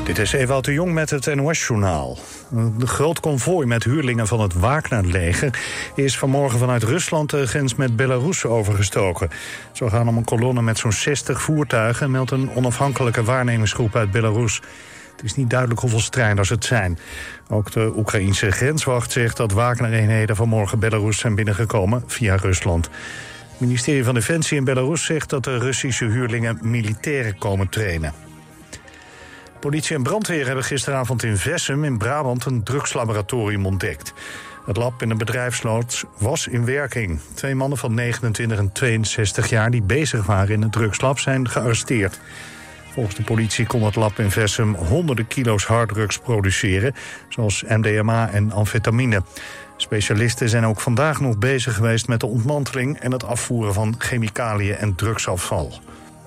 Dit is Ewout de Jong met het NOS-journaal. Een groot konvooi met huurlingen van het Wagner-leger is vanmorgen vanuit Rusland de grens met Belarus overgestoken. Zo gaan om een kolonne met zo'n 60 voertuigen, meldt een onafhankelijke waarnemingsgroep uit Belarus. Het is niet duidelijk hoeveel strijders het zijn. Ook de Oekraïense grenswacht zegt dat Wagner-eenheden vanmorgen Belarus zijn binnengekomen via Rusland. Het ministerie van Defensie in Belarus zegt dat de Russische huurlingen militairen komen trainen. Politie en brandweer hebben gisteravond in Vessem in Brabant een drugslaboratorium ontdekt. Het lab in een bedrijfsloods was in werking. 2 mannen van 29 en 62 jaar die bezig waren in het drugslab zijn gearresteerd. Volgens de politie kon het lab in Vessem honderden kilo's harddrugs produceren, zoals MDMA en amfetamine. Specialisten zijn ook vandaag nog bezig geweest met de ontmanteling en het afvoeren van chemicaliën en drugsafval.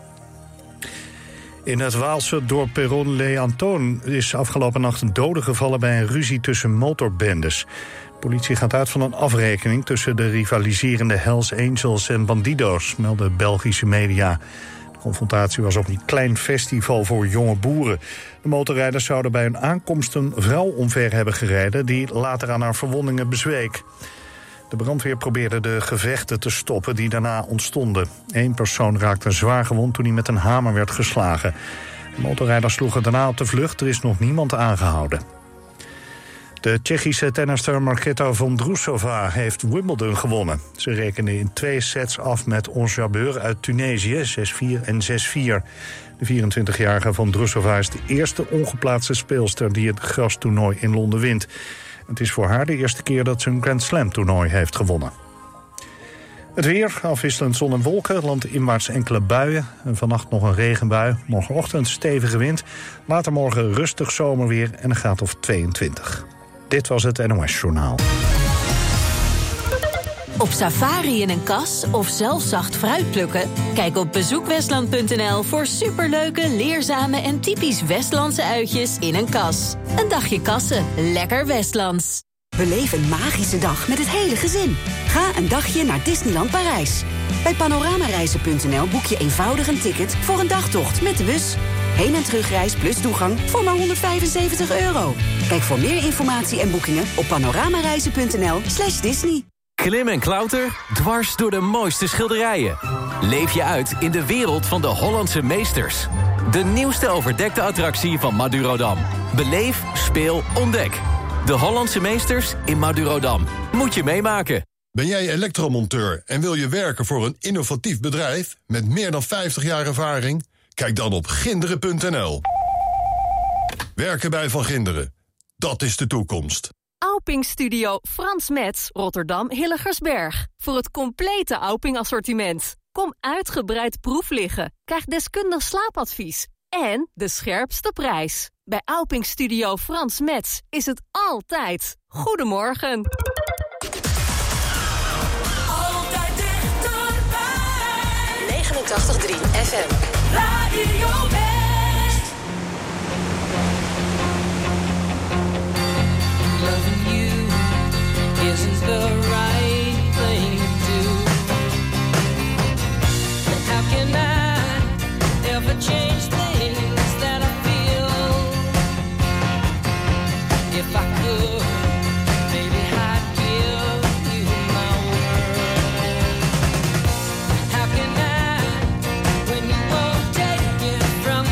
In het Waalse dorp Perron-les-Antoons is afgelopen nacht een dode gevallen bij een ruzie tussen motorbendes. De politie gaat uit van een afrekening tussen de rivaliserende Hells Angels en Bandido's, melden Belgische media. De confrontatie was op een klein festival voor jonge boeren. De motorrijders zouden bij hun aankomst een vrouw omver hebben gereden die later aan haar verwondingen bezweek. De brandweer probeerde de gevechten te stoppen die daarna ontstonden. 1 persoon raakte zwaar gewond toen hij met een hamer werd geslagen. De motorrijders sloegen daarna op de vlucht, er is nog niemand aangehouden. De Tsjechische tennister Markéta Vondrousova heeft Wimbledon gewonnen. Ze rekende in 2 sets af met Ons Jabeur uit Tunesië, 6-4 en 6-4. De 24-jarige Vondrousova is de eerste ongeplaatste speelster die het grastoernooi in Londen wint. Het is voor haar de eerste keer dat ze een Grand Slam toernooi heeft gewonnen. Het weer, afwisselend zon en wolken, landinwaarts enkele buien. En vannacht nog een regenbui, morgenochtend stevige wind. Later morgen rustig zomerweer en een graad of 22. Dit was het NOS-journaal. Op safari in een kas of zelf zacht fruit plukken? Kijk op bezoekwestland.nl voor superleuke, leerzame en typisch Westlandse uitjes in een kas. Een dagje kassen, lekker Westlands. Beleef een magische dag met het hele gezin. Ga een dagje naar Disneyland Parijs. Bij panoramareizen.nl boek je eenvoudig een ticket voor een dagtocht met de bus. Heen- en terugreis plus toegang voor maar €175. Kijk voor meer informatie en boekingen op panoramareizen.nl/Disney. Klim en klauter, dwars door de mooiste schilderijen. Leef je uit in de wereld van de Hollandse meesters. De nieuwste overdekte attractie van Madurodam. Beleef, speel, ontdek. De Hollandse meesters in Madurodam. Moet je meemaken. Ben jij elektromonteur en wil je werken voor een innovatief bedrijf met meer dan 50 jaar ervaring? Kijk dan op ginderen.nl. Werken bij Van Ginderen. Dat is de toekomst. Auping Studio Frans Metz, Rotterdam Hilligersberg. Voor het complete Auping assortiment. Kom uitgebreid proef liggen. Krijg deskundig slaapadvies. En de scherpste prijs. Bij Auping Studio Frans Metz is het altijd. Goedemorgen. Altijd dichterbij. 89.3 FM. Radio West. Loving you isn't the right thing to do. And how can I ever change things that I feel? If I could, maybe I'd give you my word. How can I, when you won't take it from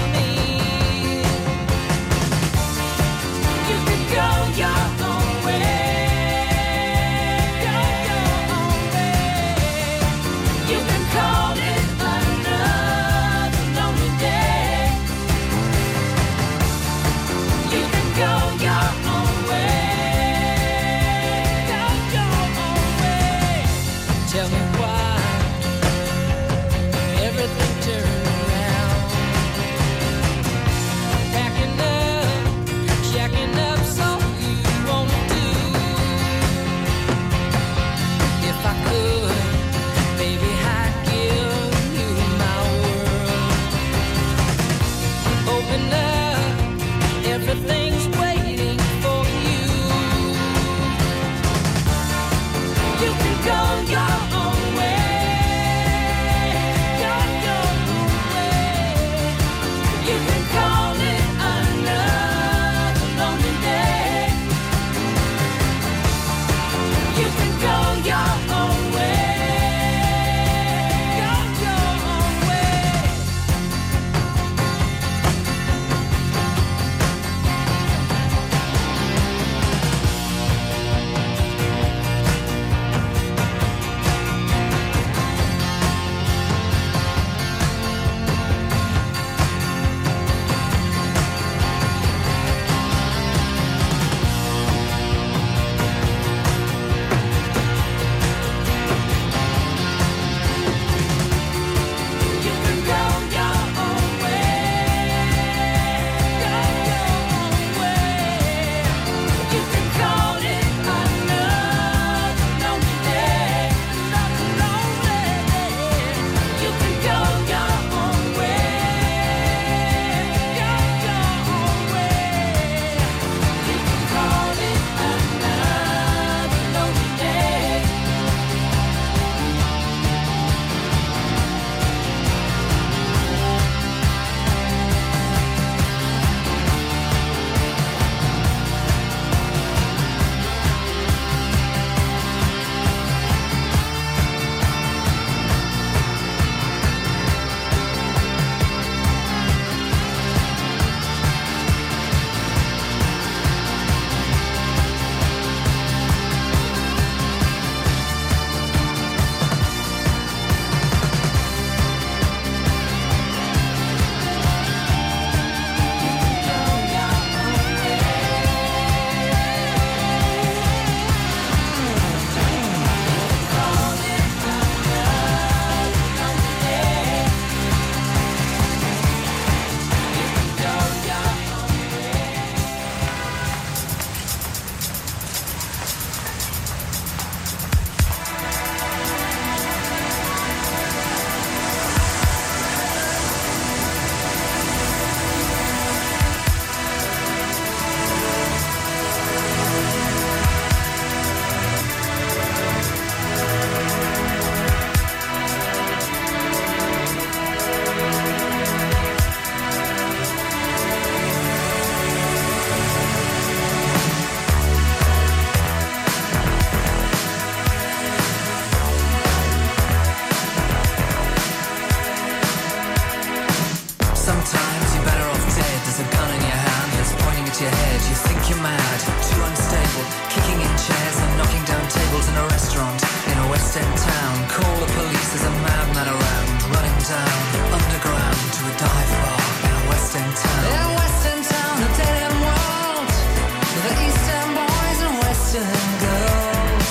think you're mad, too unstable, kicking in chairs and knocking down tables in a restaurant in a West End town. Call the police, there's a madman around, running down underground to a dive bar in a West End town. In a West End town, a dead end world, the East End boys and West End girls.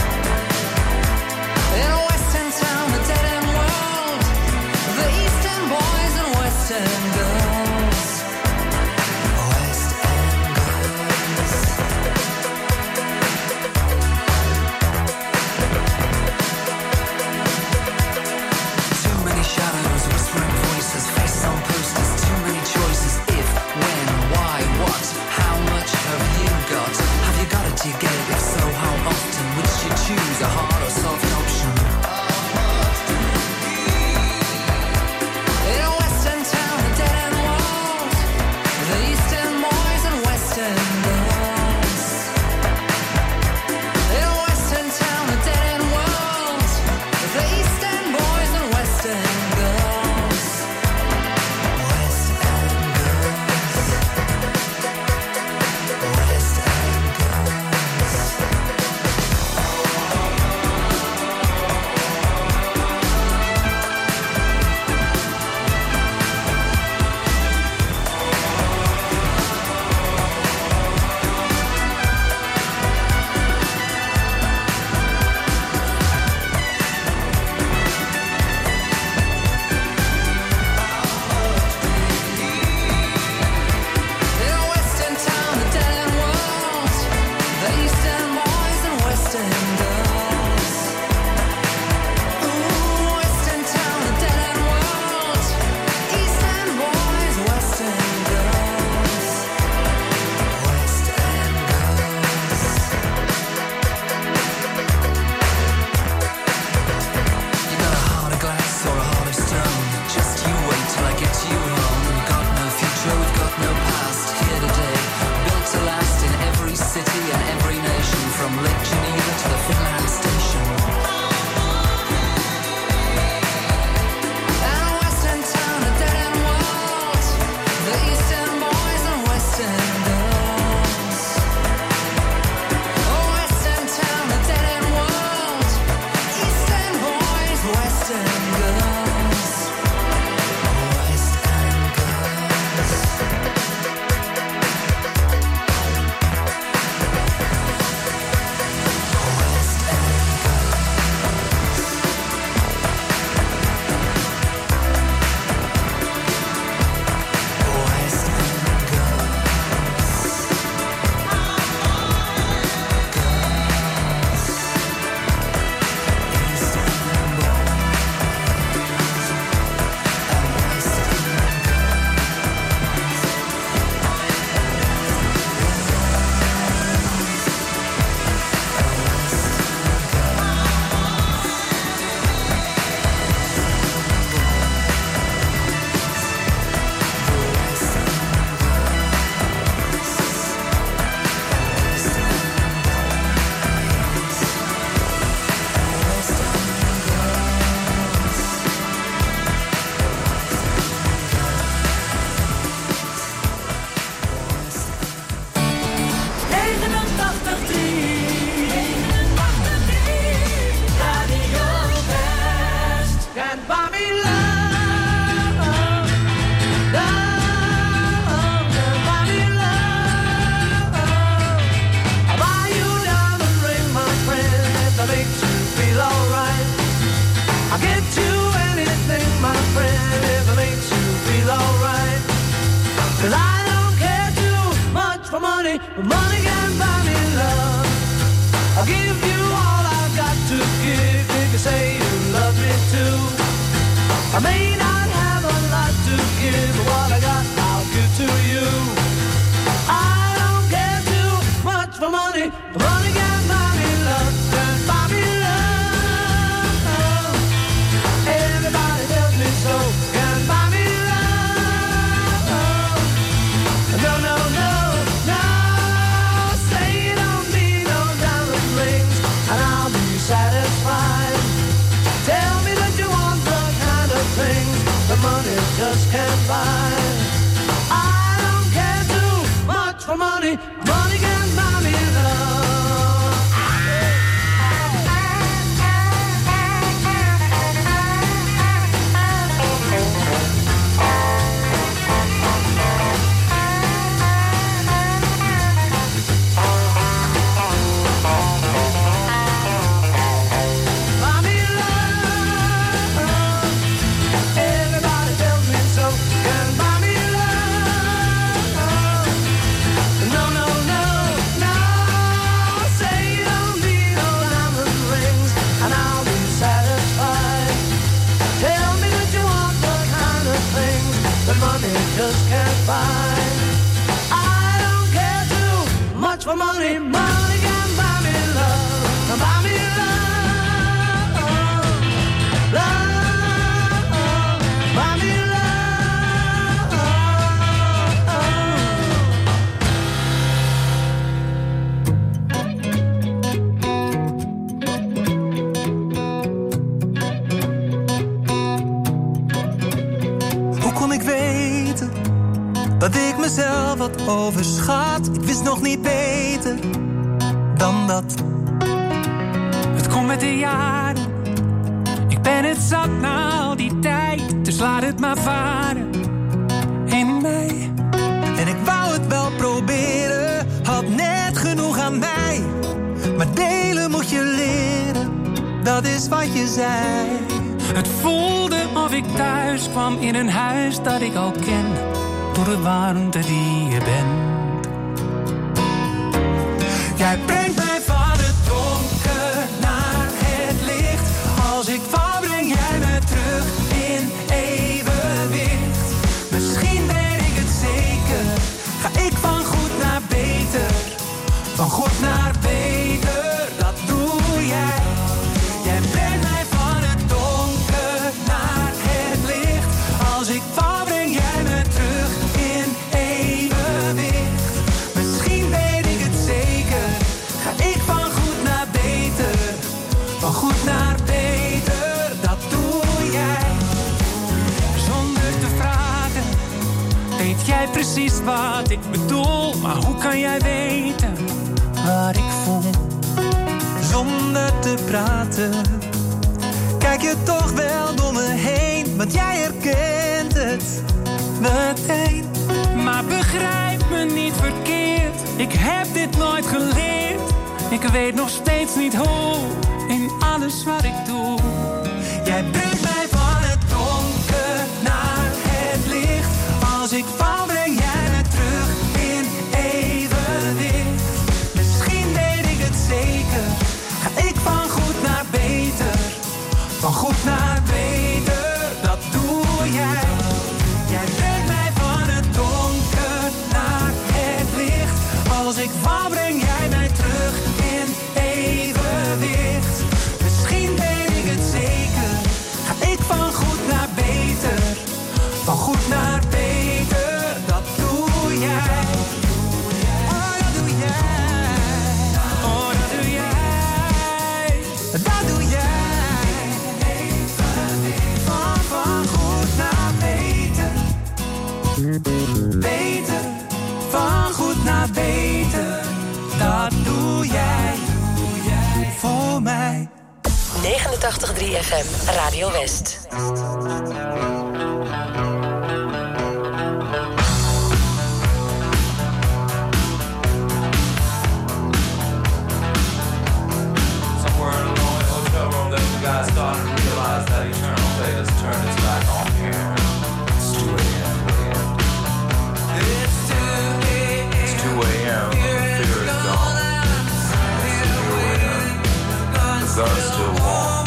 In a West End town, a dead end world, the East End boys and West End girls. West End girls. Too many shadows, whispering voices, faces on posters, too many choices. If, when, why, what, how much have you got? Have you got it, do you get it? If so, how often? Which you choose, a hard or soft option? In a West End town, a dead end world, the East End boys and West End girls. In a West End town, a dead end world, the East End boys and West End girls. West End girls. West End girls. In a West End town, a dead end world, the East End boys and West End girls. Ooh, West End town, a dead end world, East End boys, West End girls. West End girls. You got a heart of glass or a heart of stone. Just you wait till I get you home. We've got no future, we've got no past. Here today, built to last in every city and every nation, from Lake Geneva to the Finland station. And a West End town, a dead end world, the East End boys and West End girls. Oh, West End town, a dead end world, East End boys, West End girls. West End girls. West Money can buy me love. I'll give you all I've got to give if you say you love me too. I may not have a lot to give, but what I got I'll give to you. I don't care too much for money. Money can buy me love. Can buy me love. Everybody tells me so. Can buy me love. No, no, no. Satisfied. Tell me that you want the kind of things the money just can't buy. I don't care too much for money. Money for money, money can buy me love, buy me love, love, buy me love. Hoe kon ik weten dat ik mezelf had overschat? Ik wist nog niet beter dan dat. Het komt met de jaren. Ik ben het zat na al die tijd. Dus laat het maar varen in mij. En ik wou het wel proberen, had net genoeg aan mij. Maar delen moet je leren, dat is wat je zei. Het voelde of ik thuis kwam in een huis dat ik al ken, door de warmte die je bent. Jij brengt mij van het donker naar het licht. Als ik val, breng jij me terug in evenwicht. Misschien weet ik het zeker, ga ik van goed naar beter. Van goed naar beter, dat doe jij. Jij brengt mij van het donker naar het licht. Als ik val, breng jij me terug in evenwicht. Misschien weet ik het zeker, ga ik van goed naar beter. Van goed naar beter, dat doe jij. Zonder te vragen, weet jij precies wat ik bedoel. Maar hoe kan jij weten wat ik voel? Zonder te praten, kijk je toch wel door me heen. Want jij herkent het meteen. Maar begrijp me niet verkeerd, ik heb dit nooit geleerd. Ik weet nog steeds niet hoe, in alles wat ik doe. Jij brengt mij van het donker naar het licht. Als ik val, breng jij me terug in evenwicht. Misschien weet ik het zeker, ga ik van goed naar beter. Van goed naar beter, dat doe jij. Jij brengt mij van het donker naar het licht. Als ik val, breng jij mij terug in evenwicht. Misschien weet ik het zeker, ga ik van goed naar beter. Van goed naar beter, dat doe jij. Oh, dat doe jij. Oh, dat doe jij. Dat doe jij. Van goed naar beter. Beter, van goed naar beter. Dat doe jij voor mij. 89.3 FM, Radio West. guy started to realize that eternal fate has turned its back on here. It's 2 a.m. It's 2 a.m. Fear is gone. It's 2 a.m. The gun's still warm.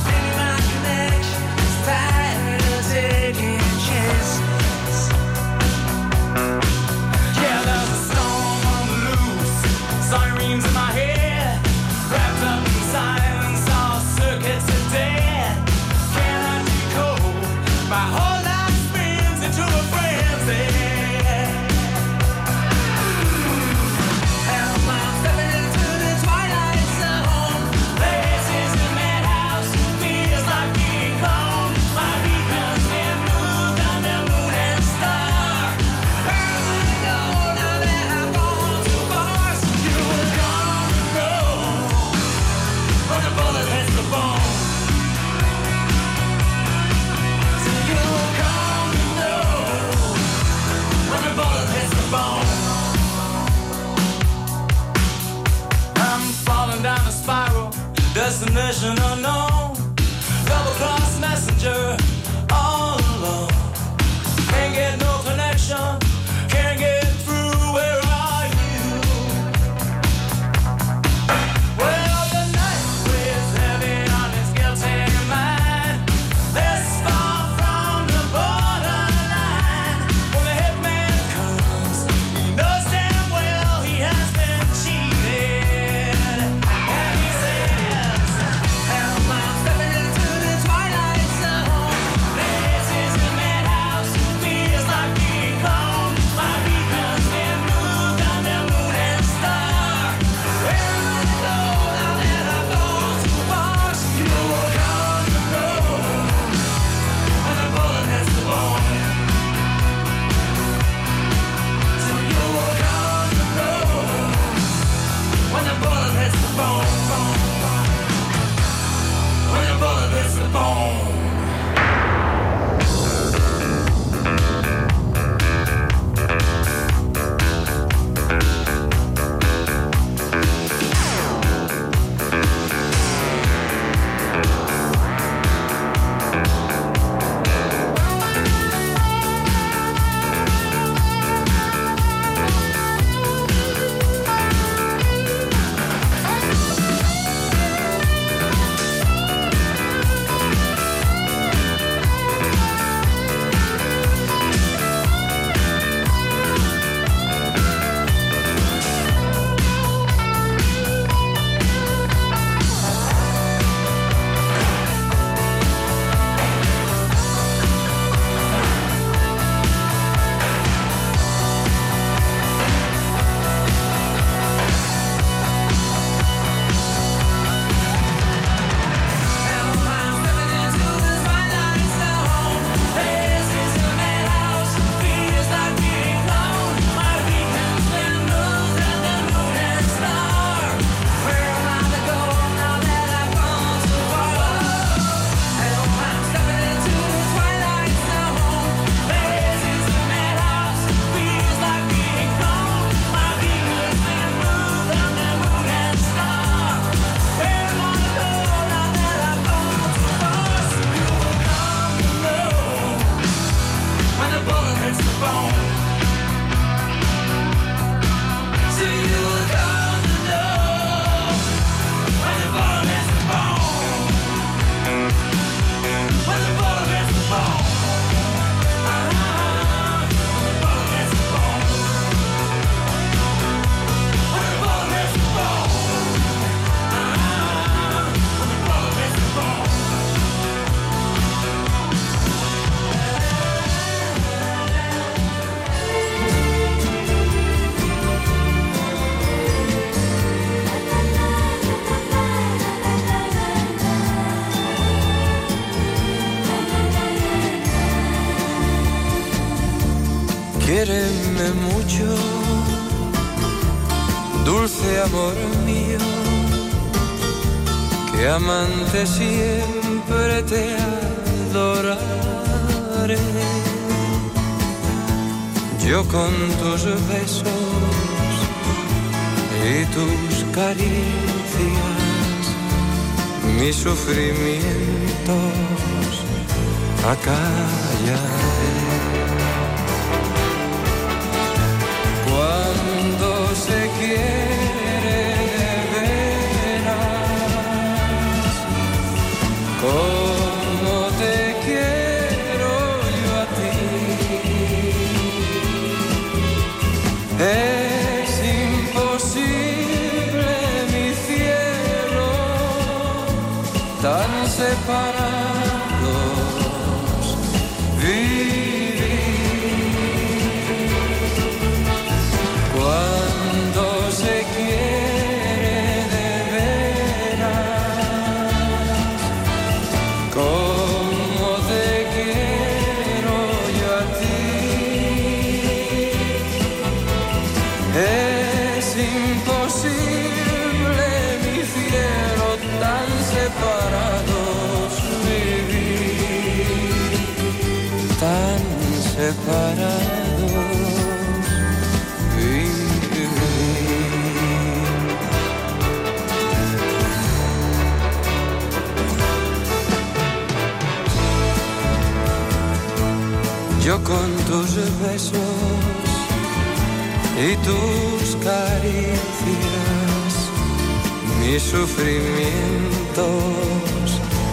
Yeah, there's a storm on the loose. Sirens in my head, wrapped up in silence. All circuits are dead. Cannot decode. My whole life spins into a frenzy. And I'm stepping into the twilight zone. This is the madhouse. Feels like being gone. My beacon's been moved under moon and star. Where will I go now that I've gone too far? So you will come and go when the bullet hits the bone. So you will come and go when the bullet hits the bone. I'm falling down a spiral, destination unknown. Double cross messenger, all alone. Can't get no connection, can't get through. Where are you? Well, the night weighs heavy on his guilty mind. This far from the borderline. When the hitman comes, he knows damn well he has been cheated. Quiéreme mucho, dulce amor mío, que amante siempre te adoraré. Yo con tus besos y tus caricias, mis sufrimientos acallaré. Cuando se quiere de veras, como te quiero yo a ti, es imposible, mi cielo, tan separados vivir. Cuando se quiere de veras, como te quiero yo a ti, es imposible, mi cielo, tan separados vivir, tan separados vivir. Yo con tus besos y tus caricias, mis sufrimientos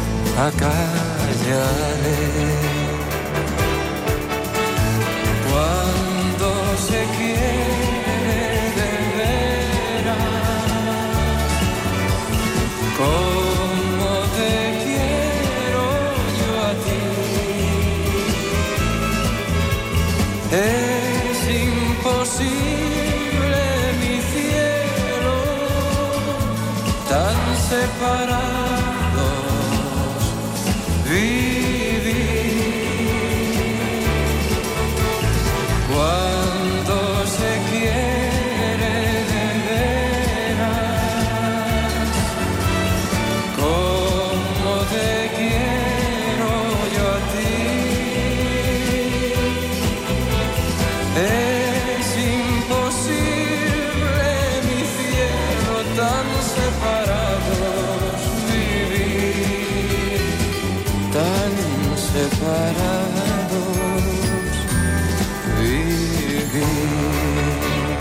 acallaré. Cuando se quiere de veras, como te quiero yo a ti, es imposible, mi cielo, tan separados vivir. Cuando se quiere de veras, como te quiero yo a ti, es imposible, mi cielo, tan separados vivir, tan separados vivir.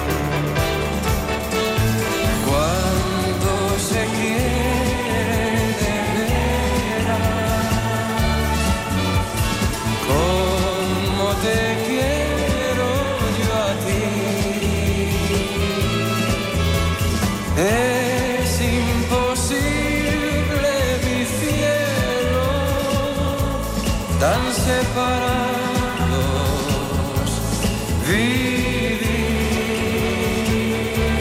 Cuando se quiere de veras, como te quiero yo a ti, es imposible, mi cielo, tan separados vivir.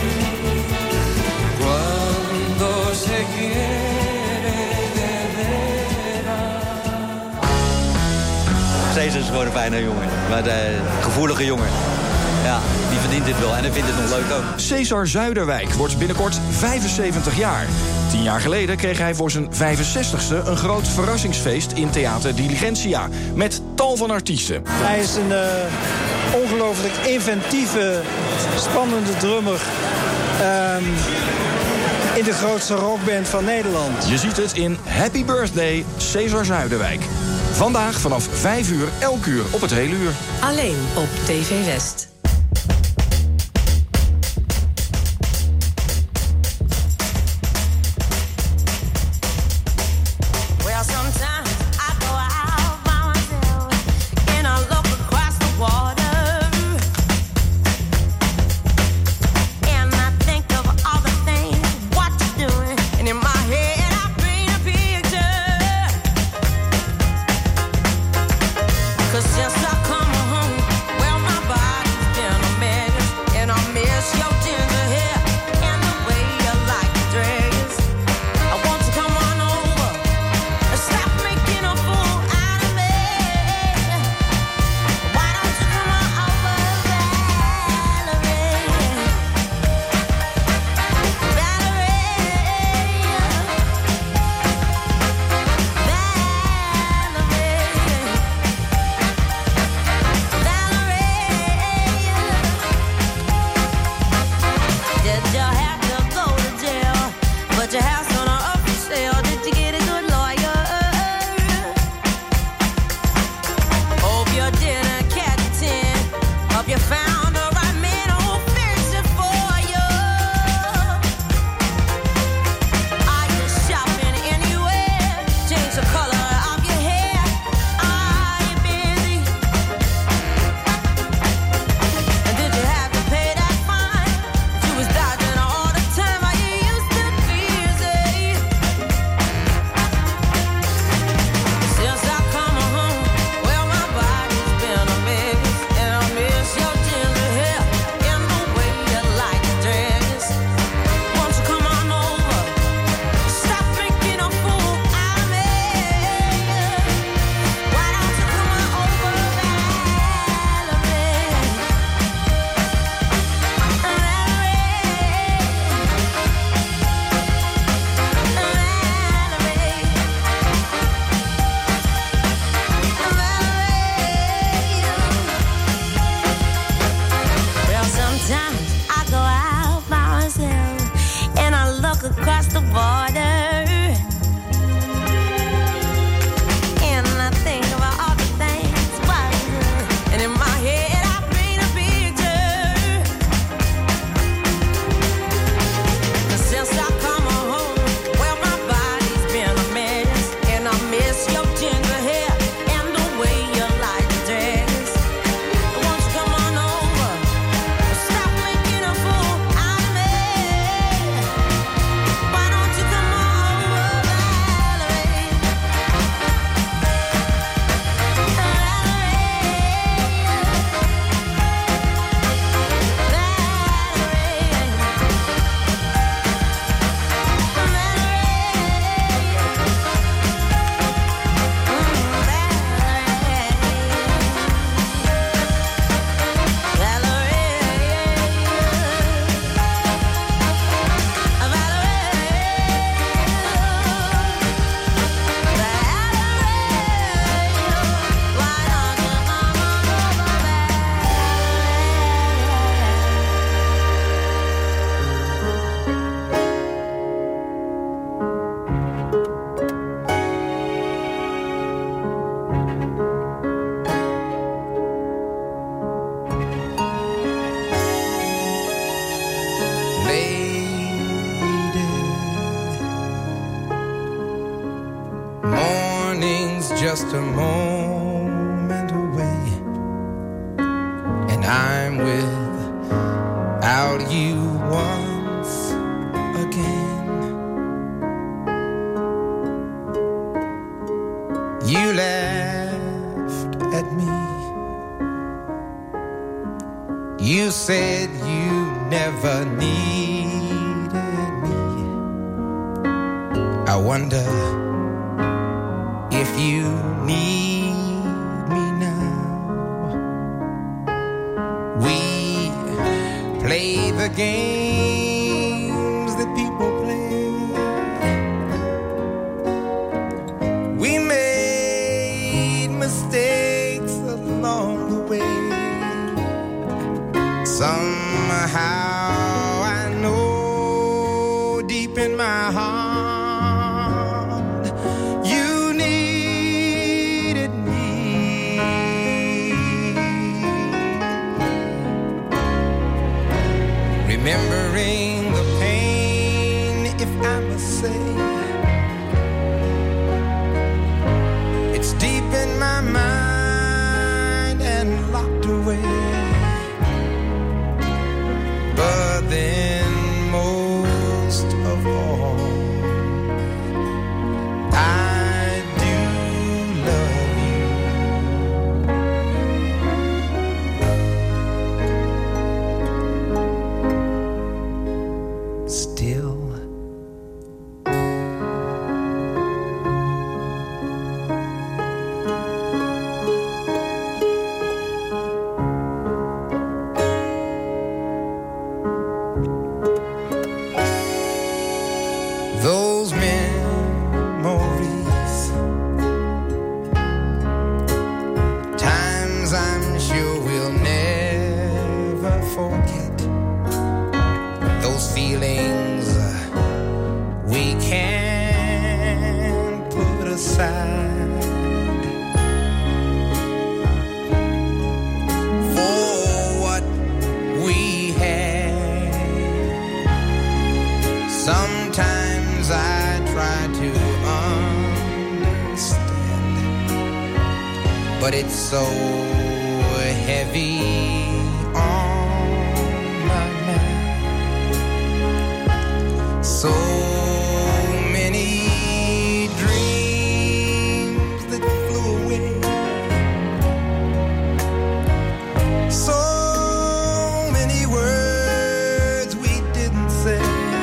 Cuando se quiere de veras. Cesar is gewoon een fijne jongen, maar een gevoelige jongen. Ja, die verdient dit wel en hij vindt het nog leuk ook. Cesar Zuiderwijk wordt binnenkort 75 jaar. 10 jaar geleden kreeg hij voor zijn 65ste een groot verrassingsfeest in Theater Diligentia. Met tal van artiesten. Hij is een ongelooflijk inventieve, spannende drummer. In de grootste rockband van Nederland. Je ziet het in Happy Birthday Cesar Zuiderwijk. Vandaag vanaf 5 uur, elk uur op het hele uur. Alleen op TV West. Since I come home, well, my body's a moment away, and I'm without you once again. You laughed at me. You said you never needed me. I wonder if you need me now. We play the games that people play. We made mistakes along the way. Somehow I know deep in my heart you needed me. Remembering the pain, if I must say, it's deep in my mind and locked away. But then most of all, I do love you. Still. Those memories, times I'm sure we'll never forget. Those feelings we can't put aside. For what we had, sometimes I try to understand, but it's so heavy on my mind. So many dreams that flew away. So many words we didn't say.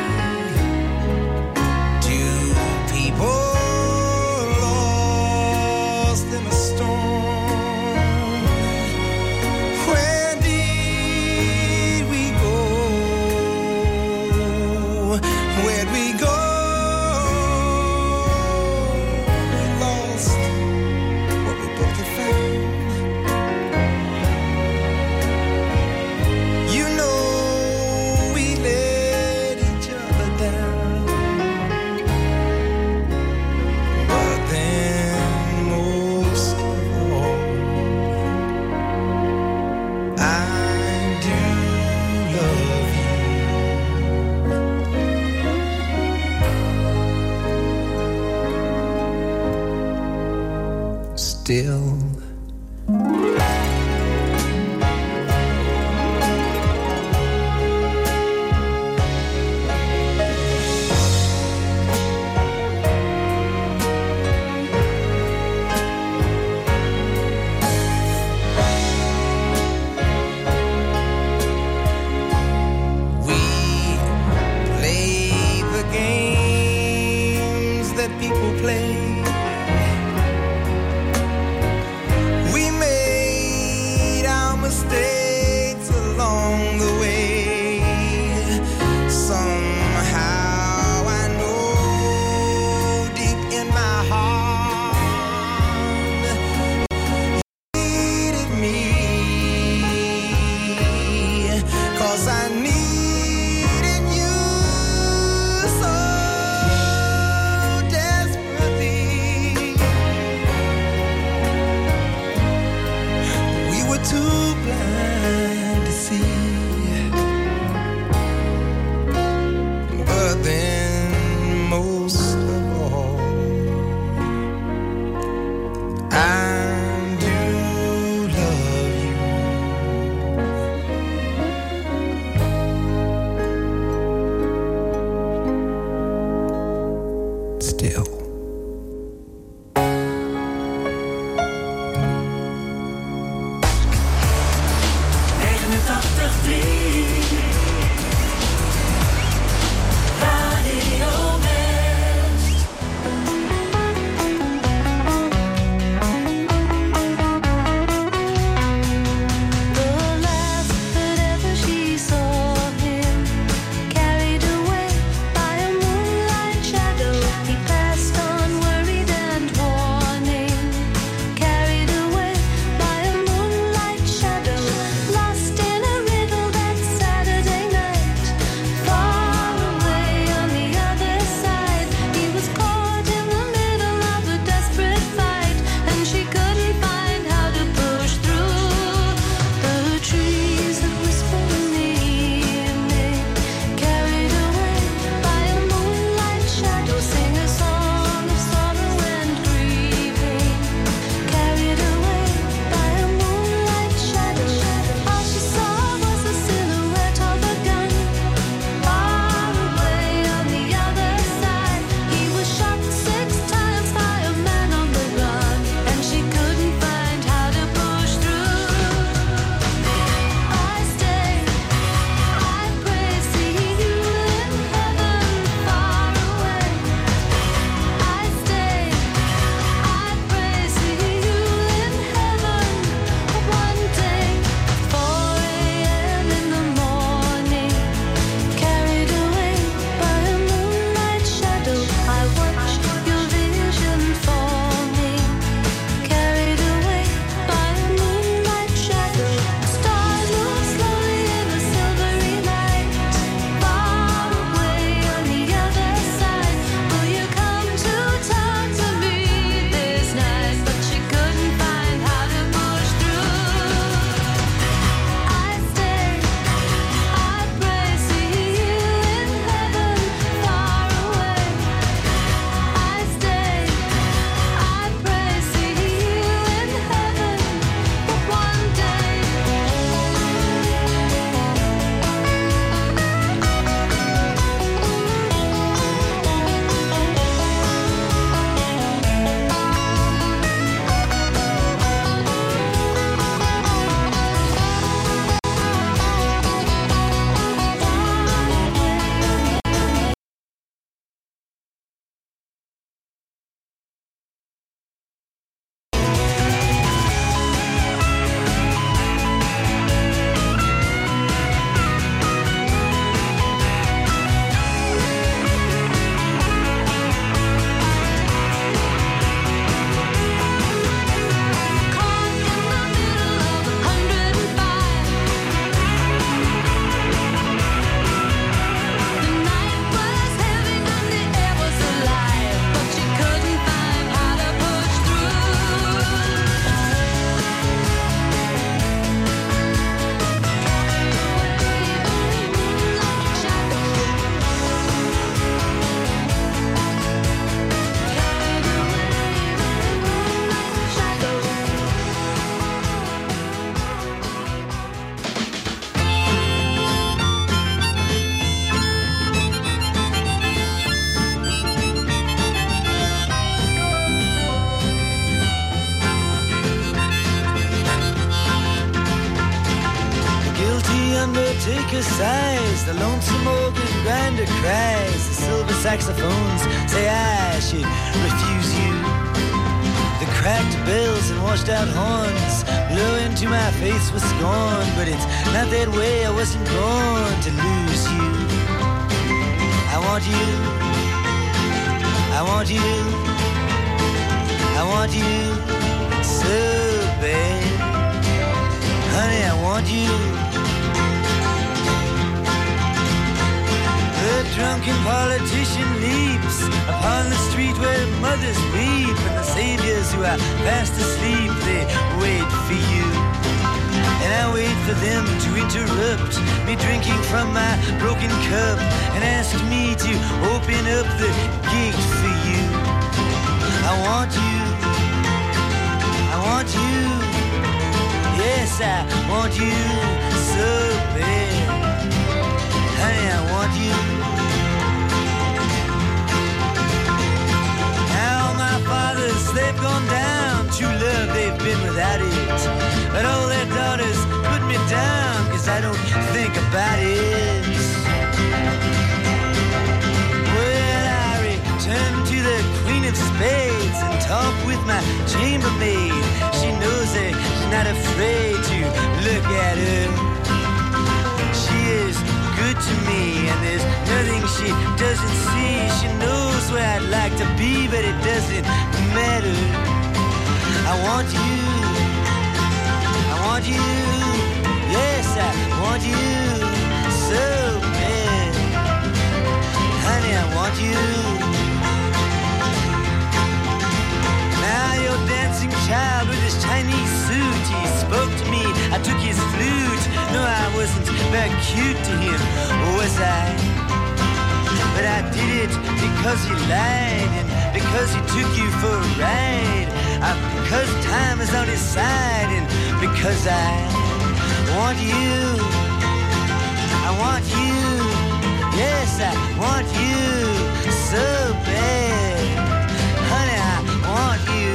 Still. We play the games that people play. Mistakes along the way. Somehow I know deep in my heart you needed me, 'cause I needed you so desperately. still. undertaker sighs, the lonesome organ grinder cries, the silver saxophones say I should refuse you. The cracked bells and washed out horns blow into my face with scorn, but it's not that way, I wasn't born to lose you. I want you, I want you, I want you so bad. Honey, I want you. The drunken politician leaps upon the street where mothers weep, and the saviors who are fast asleep, they wait for you. And I wait for them to interrupt me drinking from my broken cup and ask me to open up the gate for you. I want you, I want you, yes, I want you so bad. Honey, I want you. been without it. But all their daughters put me down, 'cause I don't think about it. Well, I return to the Queen of Spades and talk with my chambermaid. She knows her, she's not afraid to look at her. She is good to me, and there's nothing she doesn't see. She knows where I'd like to be, but it doesn't matter. I want you, I want you, yes, I want you so bad. Honey, I want you. Now your dancing child with his Chinese suit, he spoke to me, I took his flute. No, I wasn't very cute to him, was I? But I did it because he lied, and because he took you for a ride. Because time is on his side, and because I want you. I want you, yes, I want you so bad. Honey, I want you.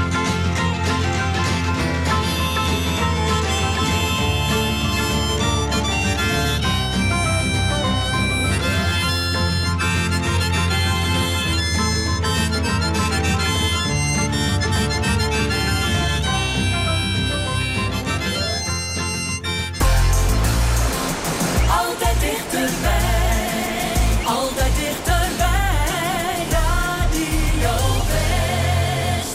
Altijd dichterbij, altijd dichterbij, Radio West.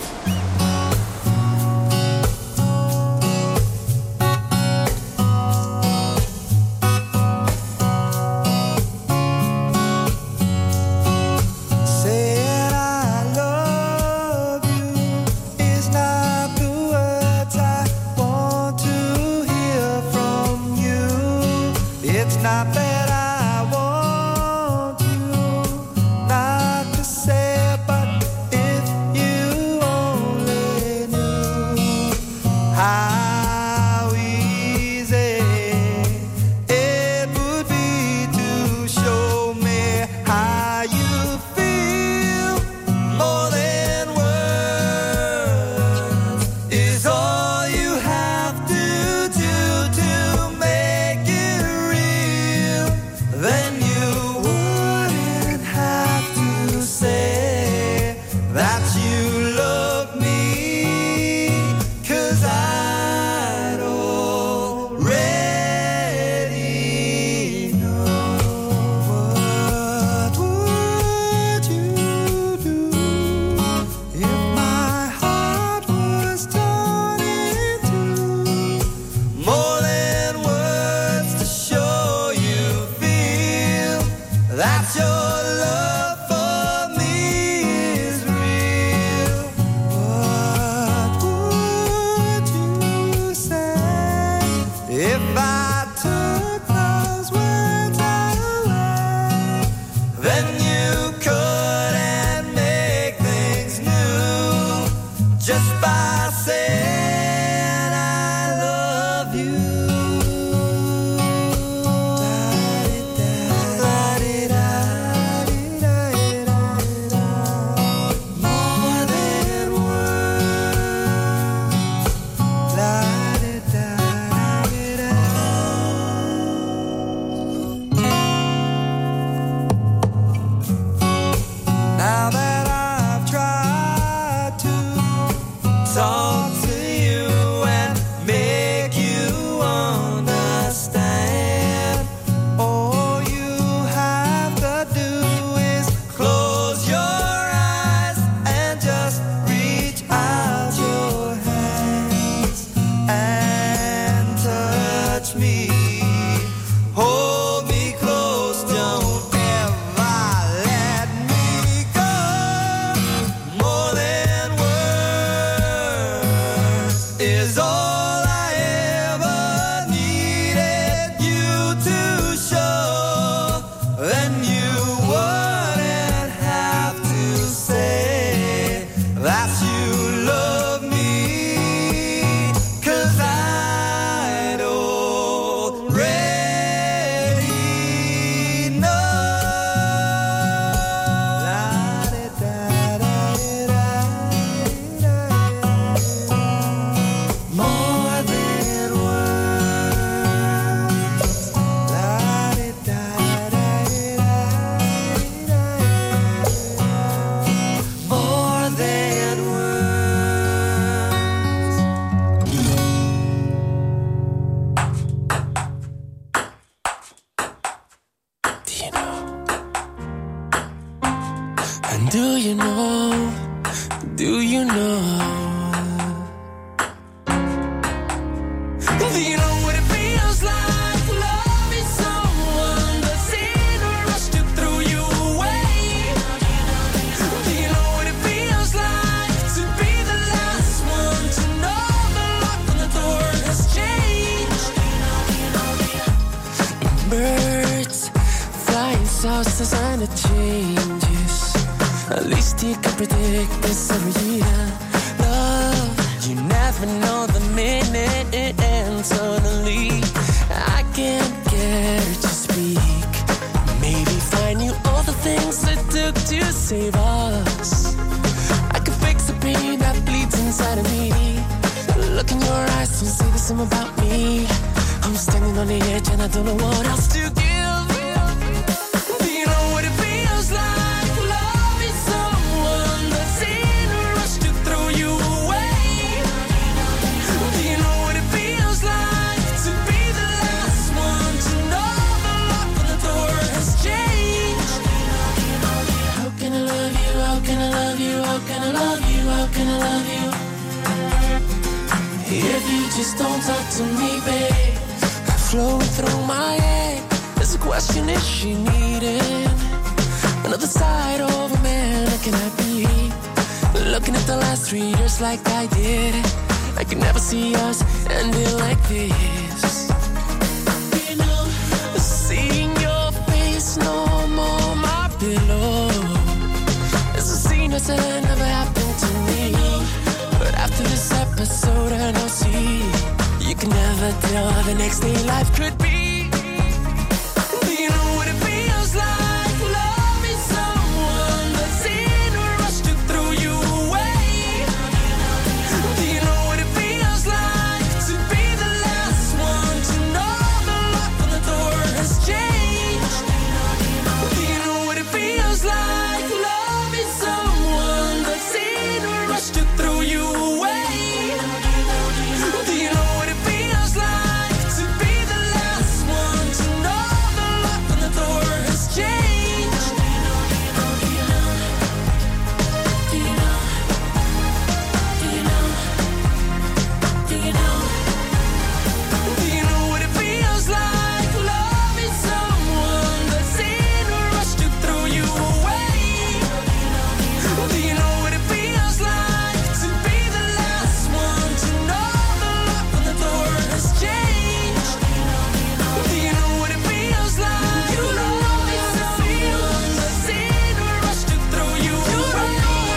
Saying I love you is not the words I want to hear from you. It's not that I want you not to say, but if you only knew how easy it would be to show me how you feel. More than words is all you have to do to make it real. Then you wouldn't have to say that you love me, 'cause I'd already know. What would you do if my heart was torn in two? More than words to show you feel that your love for me is real. What would you say if I took those words away? Then you couldn't make things new just by saying I love you. La-di-da, la-di-da. you know? And do you know? Do you know? Do you know what it feels like? Love is someone that's in a rush to throw you away. Do you know what it feels like to be the last one to know the lock on the door has changed? Birds flying south, the sign of changes. At least you can predict this every year. Love, you never know the minute it ends. Suddenly, I can't get her to speak. Maybe find you all the things it took to save us. I could fix the pain that bleeds inside of me. Look in your eyes, don't say the same about me. I'm standing on the edge and I don't know what else to give. Do you know what it feels like? Love is someone that's in a rush to throw you away. Do you know what it feels like to be the last one to know the lock on the door has changed? How can I love you? How can I love you? How can I love you? How can I love you? If you just don't talk to me, babe. Flowing through my head is a question, is she needing another side of a man? How can I be looking at the last 3 years like I did? I can never see us ending like this. You know, seeing your face no more my pillow. It's a scene that never happened to me. But after this episode I know see you can never tell how the next day life could be. Do you know what it feels like? Love is someone that's in a rush to throw you away. Do you know what it feels like to be the last one to know the lock on the door has changed? Do you know what it feels like? Love is someone that's in a rush to throw you away. Do you know what it feels like to be the last one to know the lock on the door has changed? Do you know? Do you know? Do you know? Do you know? Do you know what it feels like? Love is someone that's in a rush to throw you away. Do you know what it feels like to be the last one to know the lock on the door has changed? Do you know what it feels like? You know it's someone that's in a rush to throw you away.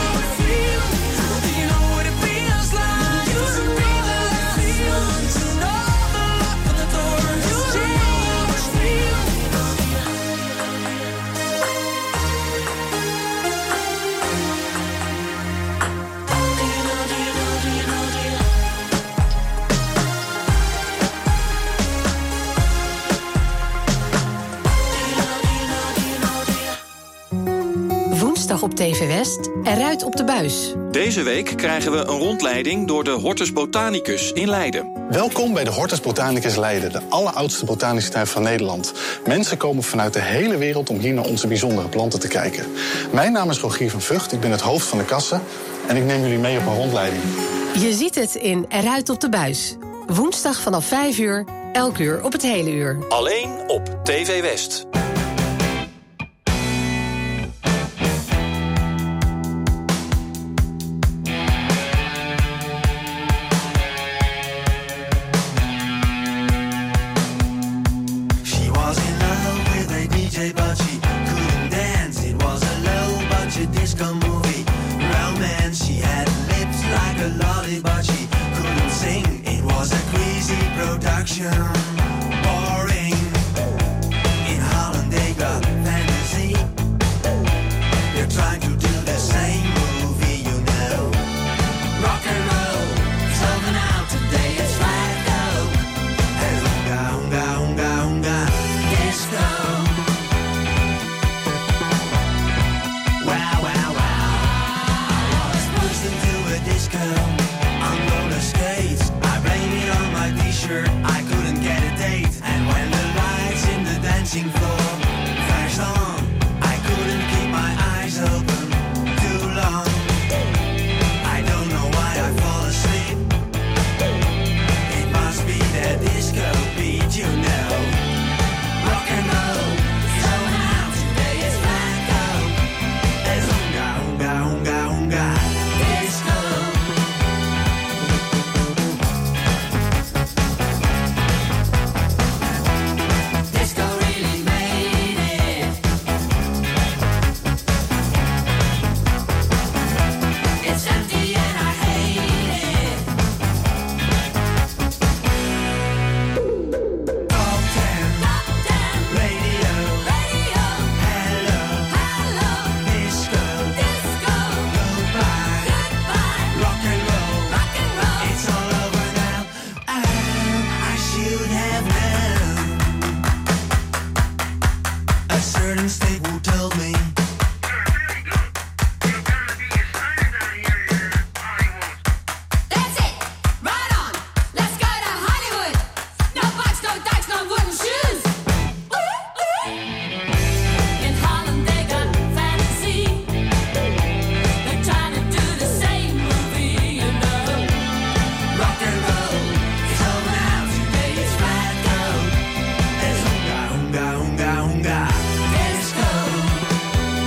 Do you know what it feels like to be the last one to know the lock on the door has changed? Woensdag op TV West, eruit op de buis. Deze week krijgen we een rondleiding door de Hortus Botanicus in Leiden. Welkom bij de Hortus Botanicus Leiden, de alleroudste botanische tuin van Nederland. Mensen komen vanuit de hele wereld om hier naar onze bijzondere planten te kijken. Mijn naam is Rogier van Vught, ik ben het hoofd van de kassen en ik neem jullie mee op een rondleiding. Je ziet het in Eruit op de buis. Woensdag vanaf 5 uur, elk uur op het hele uur. Alleen op TV West. She was in love with a DJ, but she couldn't dance. It was a low-budget disco movie. Romance, she had lips like a lolly, but she couldn't sing. It was a greasy production. Boring. In Holland they got fantasy. They're trying to do the same movie, you know. Rock and roll is over now. Today it's Flacco. And unga, unga, unga, unga. Disco. Wow, wow, wow. I was pushed into a disco on roller skates. I blame it on my t-shirt. I couldn't get it song. I couldn't keep my eyes open too long. I don't know why I fall asleep. It must be that disco beat, you know. Rock and roll is over now. Today is Franco. There's unga, unga, unga, unga. Disco. Disco really made it. It's empty and I hate it. Top 10 radio. Hello, disco. Goodbye, rock and roll. It's all over now. I should have known. A certain state who told me. That's it. Right on. Let's go to Hollywood. No bucks, no dykes, no wooden shoes. In Holland they got fantasy. They're trying to do the same movie, you know. Rock and roll is over now. Today is Franco. There's unga, unga, unga, unga. Disco.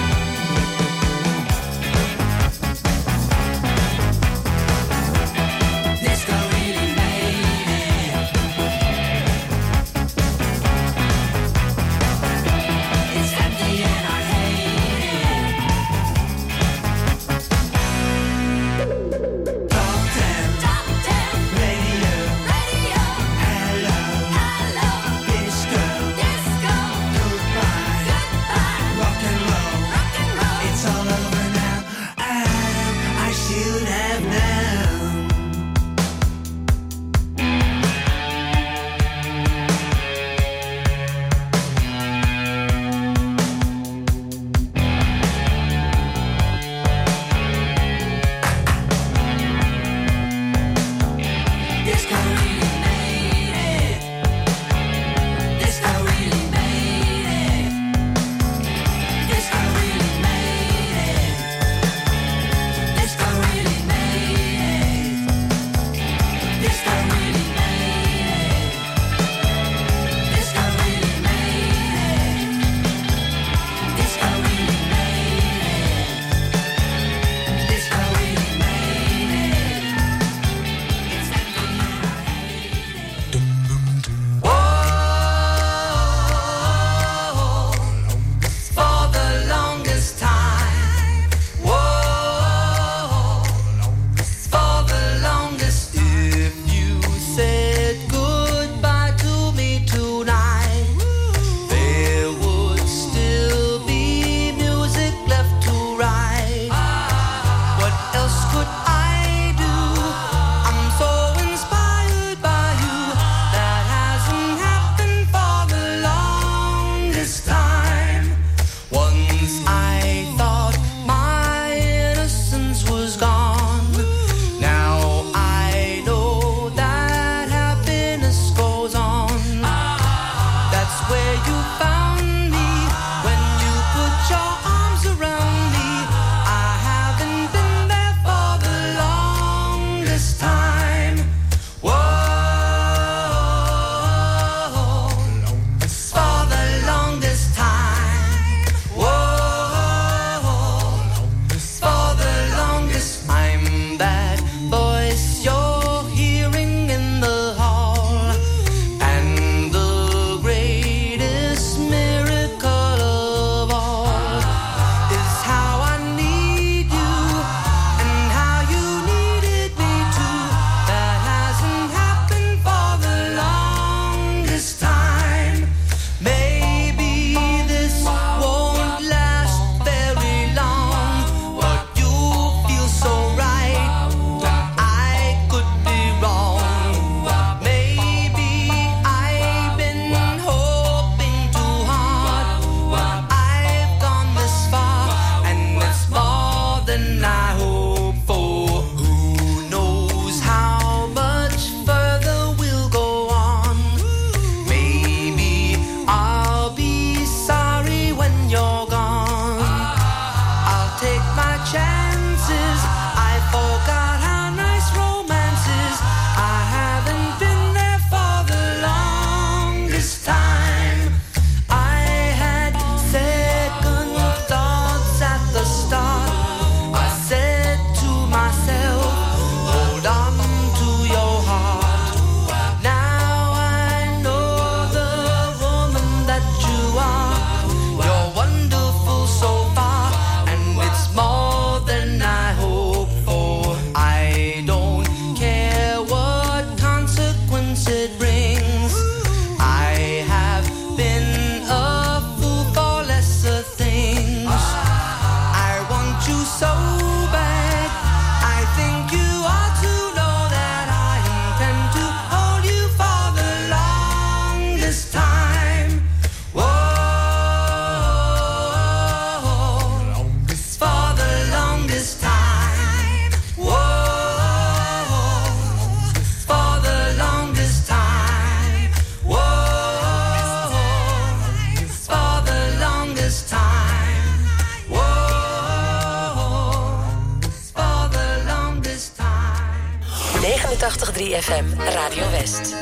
89.3 FM Radio West.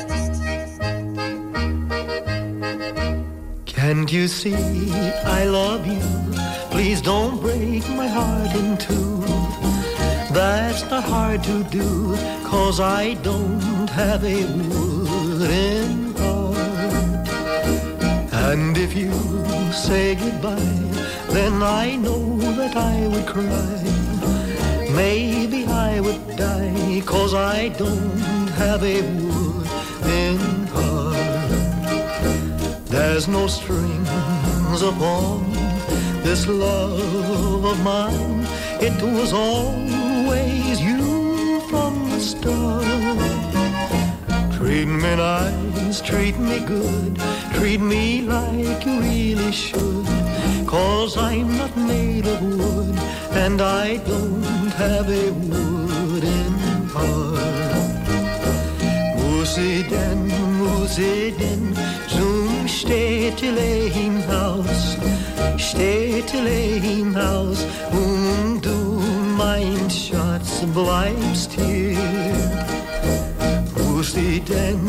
Can't you see I love you? Please don't break my heart in two. That's not hard to do, 'cause I don't have a wooden heart. And if you say goodbye, then I know that I would cry. Maybe I would die, 'cause I don't have a wooden heart. There's no strings upon this love of mine. It was always you from the start. Treat me nice, treat me good, treat me like you really should. 'Cause I'm not made of wood, and I don't have a wooden heart. Musiden, zum steht im Haus, steht im Haus, und du, mein Schatz, bleibst hier. Musiden,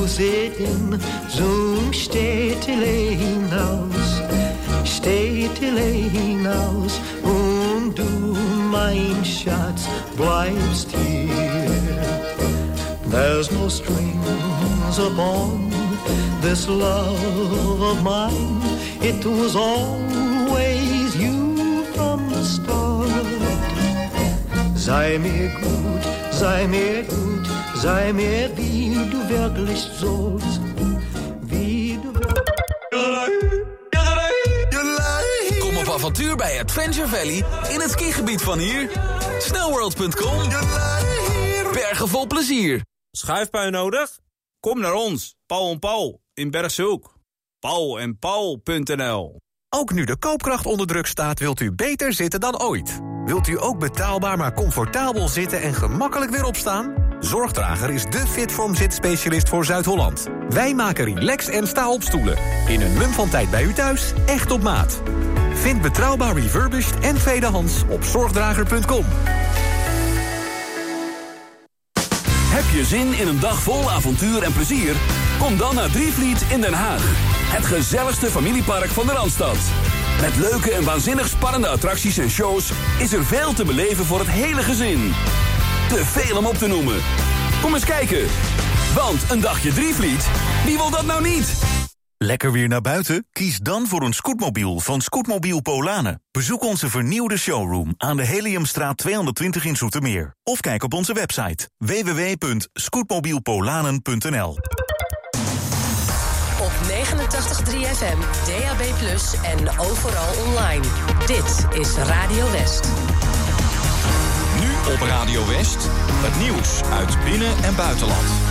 zum steht im Haus, steht im Haus, und du, mein Schatz, bleibst hier. There's no strings upon this love of mine. It was always you from the start. Sei mir gut, sei mir gut, sei mir wie du wirklich sollst. Wie du Kom op avontuur bij Adventure Valley in het skigebied van hier. Snowworld.com. Bergen vol plezier. Schuifpui nodig? Kom naar ons, Paul en Paul in Bergshoek. paulenpaul.nl. Ook nu de koopkracht onder druk staat, wilt u beter zitten dan ooit. Wilt u ook betaalbaar maar comfortabel zitten en gemakkelijk weer opstaan? Zorgdrager is de Fitform zitspecialist voor Zuid-Holland. Wij maken relax- en sta-opstoelen. In een mum van tijd bij u thuis, echt op maat. Vind betrouwbaar refurbished en tweedehands op zorgdrager.com. Heb je zin in een dag vol avontuur en plezier? Kom dan naar Drievliet in Den Haag. Het gezelligste familiepark van de Randstad. Met leuke en waanzinnig spannende attracties en shows is er veel te beleven voor het hele gezin. Te veel om op te noemen. Kom eens kijken. Want een dagje Drievliet, wie wil dat nou niet? Lekker weer naar buiten? Kies dan voor een scootmobiel van Scootmobiel Polanen. Bezoek onze vernieuwde showroom aan de Heliumstraat 220 in Zoetermeer. Of kijk op onze website www.scootmobielpolanen.nl. Op 89.3 FM, DAB+ en overal online. Dit is Radio West. Nu op Radio West, het nieuws uit binnen- en buitenland.